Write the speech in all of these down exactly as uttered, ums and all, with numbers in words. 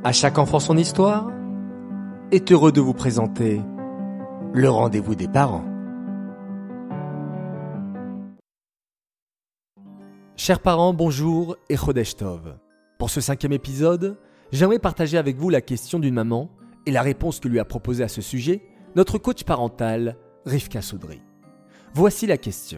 À chaque enfant son histoire est heureux de vous présenter le rendez-vous des parents. Chers parents, bonjour et Chodesh Tov. Pour ce cinquième épisode, j'aimerais partager avec vous la question d'une maman et la réponse que lui a proposée à ce sujet notre coach parental, Rivka Soudry. Voici la question.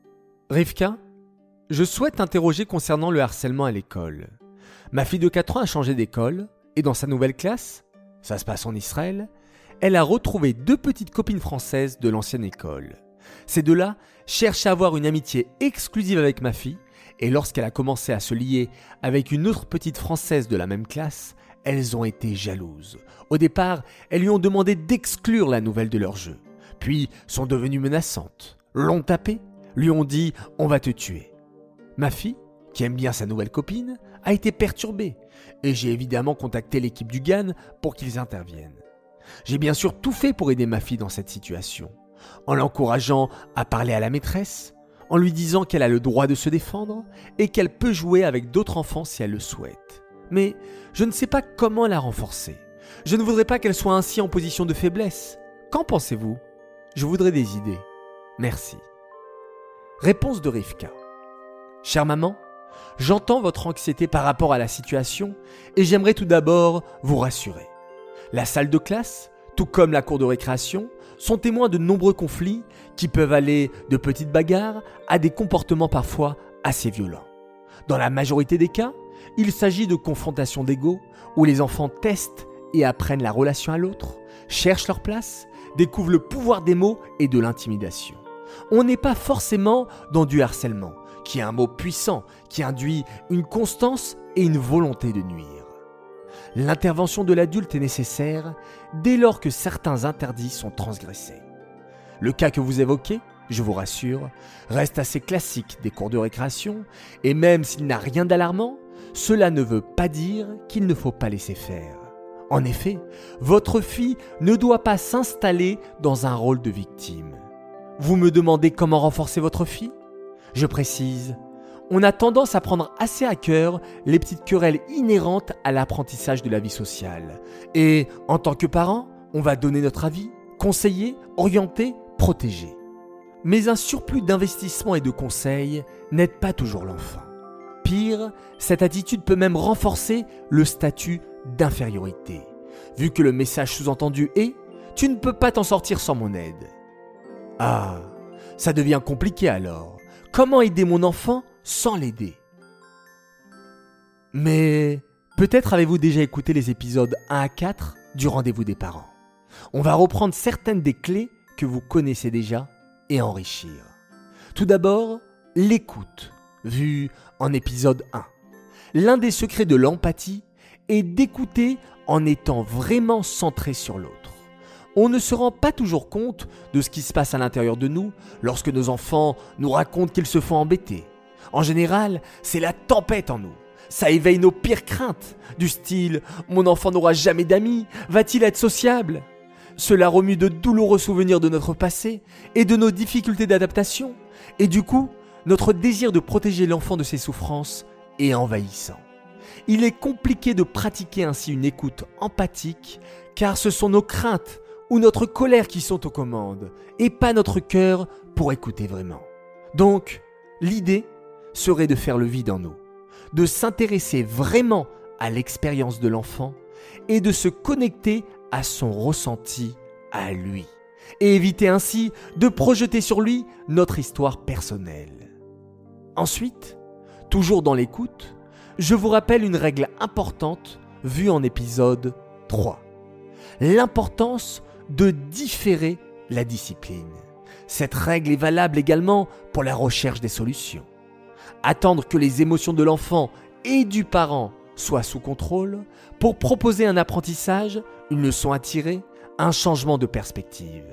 Rivka, je souhaite t'interroger concernant le harcèlement à l'école. Ma fille de quatre ans a changé d'école et dans sa nouvelle classe, ça se passe en Israël, elle a retrouvé deux petites copines françaises de l'ancienne école. Ces deux-là cherchent à avoir une amitié exclusive avec ma fille et lorsqu'elle a commencé à se lier avec une autre petite française de la même classe, elles ont été jalouses. Au départ, elles lui ont demandé d'exclure la nouvelle de leur jeu, puis sont devenues menaçantes, l'ont tapée, lui ont dit « on va te tuer ». Ma fille, qui aime bien sa nouvelle copine, a été perturbée et j'ai évidemment contacté l'équipe du G A N pour qu'ils interviennent. J'ai bien sûr tout fait pour aider ma fille dans cette situation, en l'encourageant à parler à la maîtresse, en lui disant qu'elle a le droit de se défendre et qu'elle peut jouer avec d'autres enfants si elle le souhaite. Mais je ne sais pas comment la renforcer. Je ne voudrais pas qu'elle soit ainsi en position de faiblesse. Qu'en pensez-vous ? Je voudrais des idées. Merci. Réponse de Rivka. Chère maman, j'entends votre anxiété par rapport à la situation et j'aimerais tout d'abord vous rassurer. La salle de classe, tout comme la cour de récréation, sont témoins de nombreux conflits qui peuvent aller de petites bagarres à des comportements parfois assez violents. Dans la majorité des cas, il s'agit de confrontations d'ego où les enfants testent et apprennent la relation à l'autre, cherchent leur place, découvrent le pouvoir des mots et de l'intimidation. On n'est pas forcément dans du harcèlement, qui est un mot puissant, qui induit une constance et une volonté de nuire. L'intervention de l'adulte est nécessaire dès lors que certains interdits sont transgressés. Le cas que vous évoquez, je vous rassure, reste assez classique des cours de récréation et même s'il n'a rien d'alarmant, cela ne veut pas dire qu'il ne faut pas laisser faire. En effet, votre fille ne doit pas s'installer dans un rôle de victime. Vous me demandez comment renforcer votre fille ? Je précise, on a tendance à prendre assez à cœur les petites querelles inhérentes à l'apprentissage de la vie sociale. Et en tant que parent, on va donner notre avis, conseiller, orienter, protéger. Mais un surplus d'investissement et de conseils n'aide pas toujours l'enfant. Pire, cette attitude peut même renforcer le statut d'infériorité, vu que le message sous-entendu est « tu ne peux pas t'en sortir sans mon aide ». Ah, ça devient compliqué alors. Comment aider mon enfant sans l'aider ? Mais peut-être avez-vous déjà écouté les épisodes un à quatre du Rendez-vous des parents. On va reprendre certaines des clés que vous connaissez déjà et enrichir. Tout d'abord, l'écoute, vue en épisode un. L'un des secrets de l'empathie est d'écouter en étant vraiment centré sur l'autre. On ne se rend pas toujours compte de ce qui se passe à l'intérieur de nous lorsque nos enfants nous racontent qu'ils se font embêter. En général, c'est la tempête en nous. Ça éveille nos pires craintes, du style « mon enfant n'aura jamais d'amis, va-t-il être sociable ?» Cela remue de douloureux souvenirs de notre passé et de nos difficultés d'adaptation. Et du coup, notre désir de protéger l'enfant de ses souffrances est envahissant. Il est compliqué de pratiquer ainsi une écoute empathique car ce sont nos craintes ou notre colère qui sont aux commandes, et pas notre cœur pour écouter vraiment. Donc, l'idée serait de faire le vide en nous, de s'intéresser vraiment à l'expérience de l'enfant et de se connecter à son ressenti à lui, et éviter ainsi de projeter sur lui notre histoire personnelle. Ensuite, toujours dans l'écoute, je vous rappelle une règle importante vue en épisode trois. L'importance de différer la discipline. Cette règle est valable également pour la recherche des solutions. Attendre que les émotions de l'enfant et du parent soient sous contrôle pour proposer un apprentissage, une leçon à tirer, un changement de perspective.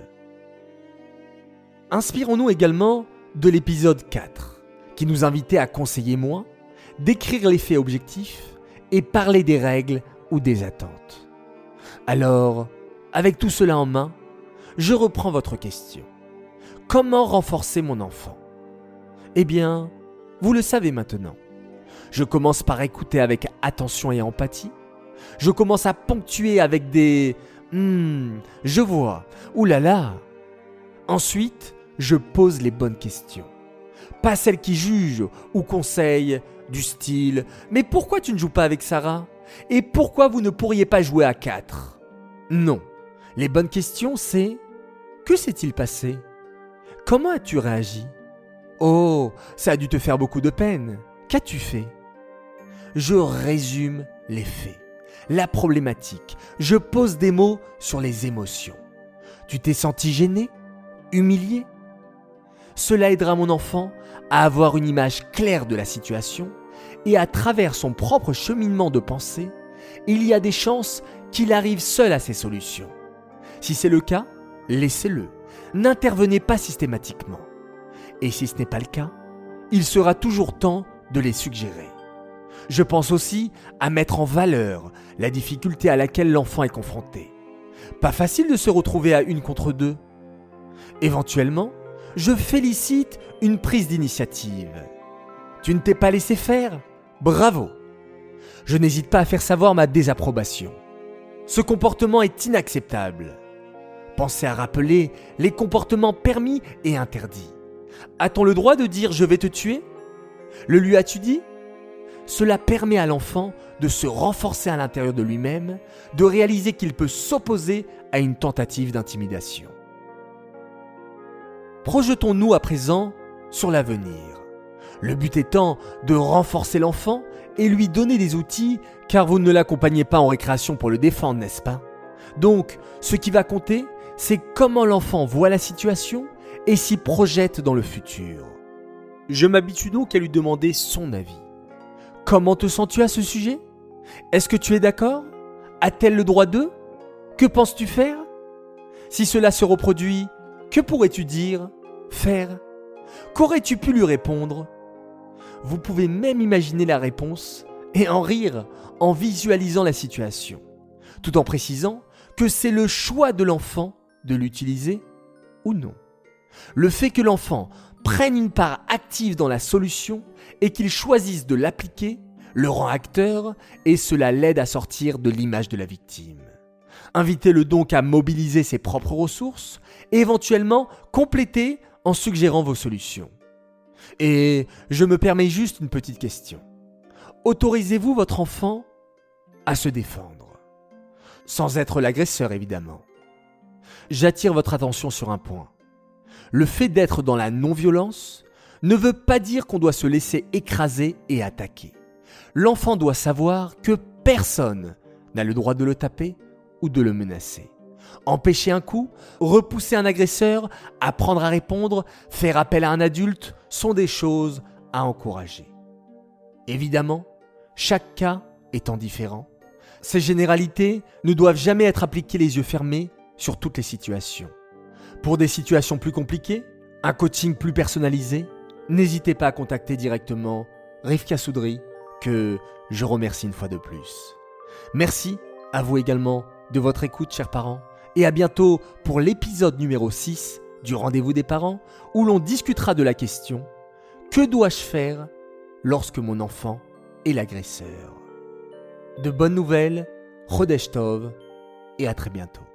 Inspirons-nous également de l'épisode quatre, qui nous invitait à conseiller moins, décrire les faits objectifs et parler des règles ou des attentes. Alors, avec tout cela en main, je reprends votre question. Comment renforcer mon enfant ? Eh bien, vous le savez maintenant. Je commence par écouter avec attention et empathie. Je commence à ponctuer avec des hmm, je vois, oulala. Ensuite, je pose les bonnes questions. Pas celles qui jugent ou conseillent du style « Mais pourquoi tu ne joues pas avec Sarah ? Et pourquoi vous ne pourriez pas jouer à quatre ?» Non, les bonnes questions c'est « Que s'est-il passé ? Comment as-tu réagi ? Oh, ça a dû te faire beaucoup de peine. Qu'as-tu fait ? » Je résume les faits, la problématique. Je pose des mots sur les émotions. Tu t'es senti gêné ? Humilié ? Cela aidera mon enfant à avoir une image claire de la situation et à travers son propre cheminement de pensée, il y a des chances qu'il arrive seul à ses solutions. Si c'est le cas, laissez-le. N'intervenez pas systématiquement. Et si ce n'est pas le cas, il sera toujours temps de les suggérer. Je pense aussi à mettre en valeur la difficulté à laquelle l'enfant est confronté. Pas facile de se retrouver à une contre deux. Éventuellement, je félicite une prise d'initiative. Tu ne t'es pas laissé faire ? Bravo ! Je n'hésite pas à faire savoir ma désapprobation. Ce comportement est inacceptable. Pensez à rappeler les comportements permis et interdits. A-t-on le droit de dire « je vais te tuer » ? Le lui as-tu dit ? Cela permet à l'enfant de se renforcer à l'intérieur de lui-même, de réaliser qu'il peut s'opposer à une tentative d'intimidation. Projetons-nous à présent sur l'avenir. Le but étant de renforcer l'enfant et lui donner des outils, car vous ne l'accompagnez pas en récréation pour le défendre, n'est-ce pas ? Donc, ce qui va compter, c'est comment l'enfant voit la situation et s'y projette dans le futur. Je m'habitue donc à lui demander son avis. Comment te sens-tu à ce sujet ? Est-ce que tu es d'accord ? A-t-elle le droit de ? Que penses-tu faire ? Si cela se reproduit, que pourrais-tu dire ? Faire ? Qu'aurais-tu pu lui répondre ? Vous pouvez même imaginer la réponse et en rire en visualisant la situation, tout en précisant que c'est le choix de l'enfant de l'utiliser ou non. Le fait que l'enfant prenne une part active dans la solution et qu'il choisisse de l'appliquer le rend acteur et cela l'aide à sortir de l'image de la victime. Invitez-le donc à mobiliser ses propres ressources et éventuellement compléter en suggérant vos solutions. Et je me permets juste une petite question. Autorisez-vous votre enfant à se défendre ? Sans être l'agresseur, évidemment. J'attire votre attention sur un point. Le fait d'être dans la non-violence ne veut pas dire qu'on doit se laisser écraser et attaquer. L'enfant doit savoir que personne n'a le droit de le taper ou de le menacer. Empêcher un coup, repousser un agresseur, apprendre à répondre, faire appel à un adulte sont des choses à encourager. Évidemment, chaque cas étant différent, ces généralités ne doivent jamais être appliquées les yeux fermés sur toutes les situations. Pour des situations plus compliquées, un coaching plus personnalisé, n'hésitez pas à contacter directement Rivka Soudry, que je remercie une fois de plus. Merci à vous également de votre écoute, chers parents, et à bientôt pour l'épisode numéro six du Rendez-vous des parents, où l'on discutera de la question « Que dois-je faire lorsque mon enfant est l'agresseur ?» De bonnes nouvelles, Chodesh Tov, et à très bientôt.